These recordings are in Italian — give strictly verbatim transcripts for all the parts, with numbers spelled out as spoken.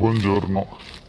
Buongiorno.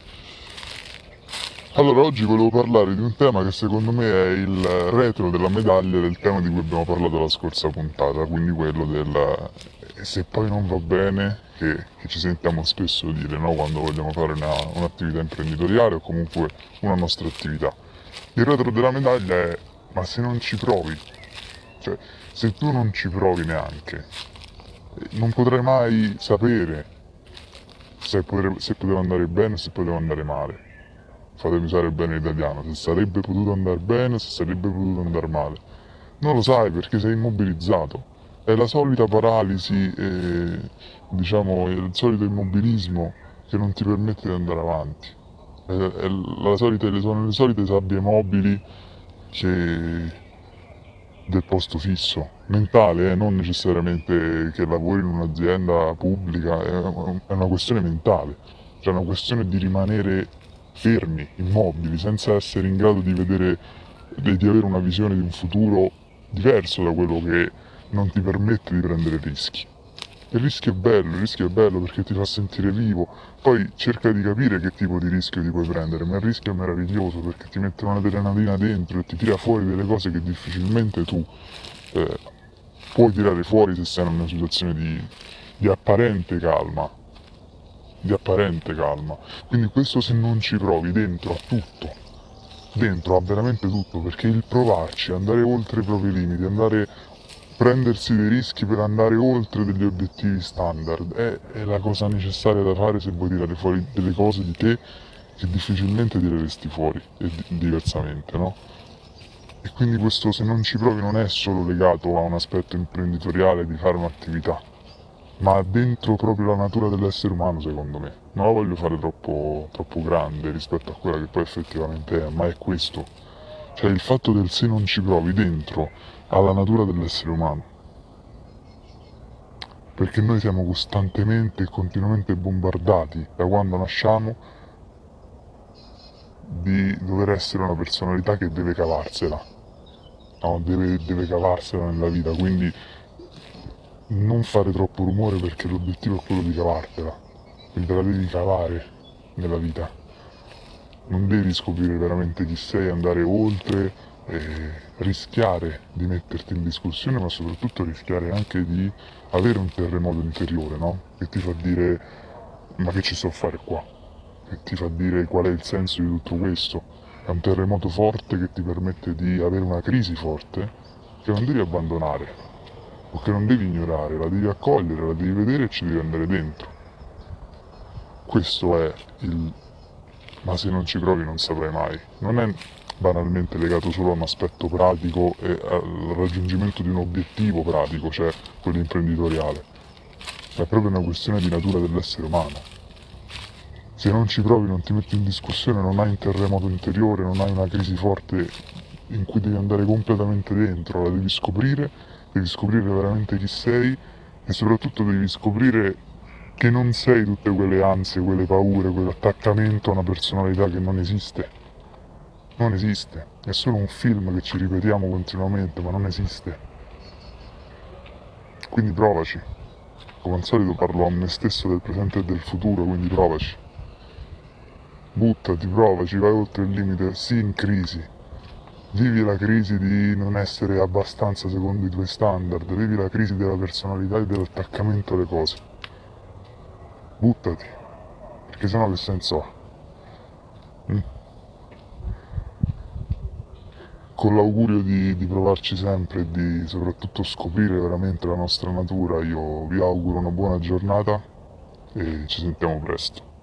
Allora, oggi volevo parlare di un tema che secondo me è il retro della medaglia del tema di cui abbiamo parlato la scorsa puntata, quindi quello del e se poi non va bene, che, che ci sentiamo spesso dire, no? Quando vogliamo fare una, un'attività imprenditoriale o comunque una nostra attività. Il retro della medaglia è, ma se non ci provi, cioè se tu non ci provi neanche, non potrai mai sapere se, potre- se poteva andare bene o se poteva andare male. Fatemi usare bene l'italiano, se sarebbe potuto andare bene o se sarebbe potuto andare male. Non lo sai perché sei immobilizzato. È la solita paralisi, eh, diciamo, è il solito immobilismo che non ti permette di andare avanti. È, è la solita, le- sono le solite sabbie mobili che del posto fisso, mentale, eh, non necessariamente che lavori in un'azienda pubblica, è, è una questione mentale, cioè una questione di rimanere fermi, immobili, senza essere in grado di vedere, di, di avere una visione di un futuro diverso da quello che non ti permette di prendere rischi. Il rischio è bello, il rischio è bello perché ti fa sentire vivo, poi cerca di capire che tipo di rischio ti puoi prendere, ma il rischio è meraviglioso perché ti mette un'adrenalina dentro e ti tira fuori delle cose che difficilmente tu eh, puoi tirare fuori se sei in una situazione di, di apparente calma, di apparente calma. Quindi questo se non ci provi dentro a tutto, dentro a veramente tutto, perché il provarci, andare oltre i propri limiti, andare prendersi dei rischi per andare oltre degli obiettivi standard è, è la cosa necessaria da fare se vuoi tirare fuori delle cose di te che difficilmente tireresti fuori e di- diversamente, no? E quindi questo se non ci provi non è solo legato a un aspetto imprenditoriale di fare un'attività, ma dentro proprio la natura dell'essere umano, secondo me. Non la voglio fare troppo, troppo grande rispetto a quella che poi effettivamente è, ma è questo. Cioè il fatto del se non ci provi dentro alla natura dell'essere umano. Perché noi siamo costantemente e continuamente bombardati da quando nasciamo di dover essere una personalità che deve cavarsela. No, deve, deve cavarsela nella vita, quindi non fare troppo rumore perché l'obiettivo è quello di cavartela. Quindi te la devi cavare nella vita. Non devi scoprire veramente chi sei, andare oltre, e rischiare di metterti in discussione, ma soprattutto rischiare anche di avere un terremoto interiore, no? Che ti fa dire ma che ci sto a fare qua? Che ti fa dire qual è il senso di tutto questo? È un terremoto forte che ti permette di avere una crisi forte che non devi abbandonare o che non devi ignorare, la devi accogliere, la devi vedere e ci devi andare dentro. Questo è il ma se non ci provi non saprai mai. Non è banalmente legato solo a un aspetto pratico e al raggiungimento di un obiettivo pratico, cioè quello imprenditoriale, ma è proprio una questione di natura dell'essere umano. Se non ci provi, non ti metti in discussione, non hai un terremoto interiore, non hai una crisi forte in cui devi andare completamente dentro, la devi scoprire, devi scoprire veramente chi sei e soprattutto devi scoprire che non sei tutte quelle ansie, quelle paure, quell'attaccamento a una personalità che non esiste. Non esiste. È solo un film che ci ripetiamo continuamente, ma non esiste. Quindi provaci. Come al solito parlo a me stesso del presente e del futuro, quindi provaci. Buttati, provaci, vai oltre il limite, sii in crisi. Vivi la crisi di non essere abbastanza secondo i tuoi standard, vivi la crisi della personalità e dell'attaccamento alle cose. Buttati, perché sennò che senso ha? Mm? Con l'augurio di, di provarci sempre e di soprattutto scoprire veramente la nostra natura, io vi auguro una buona giornata e ci sentiamo presto.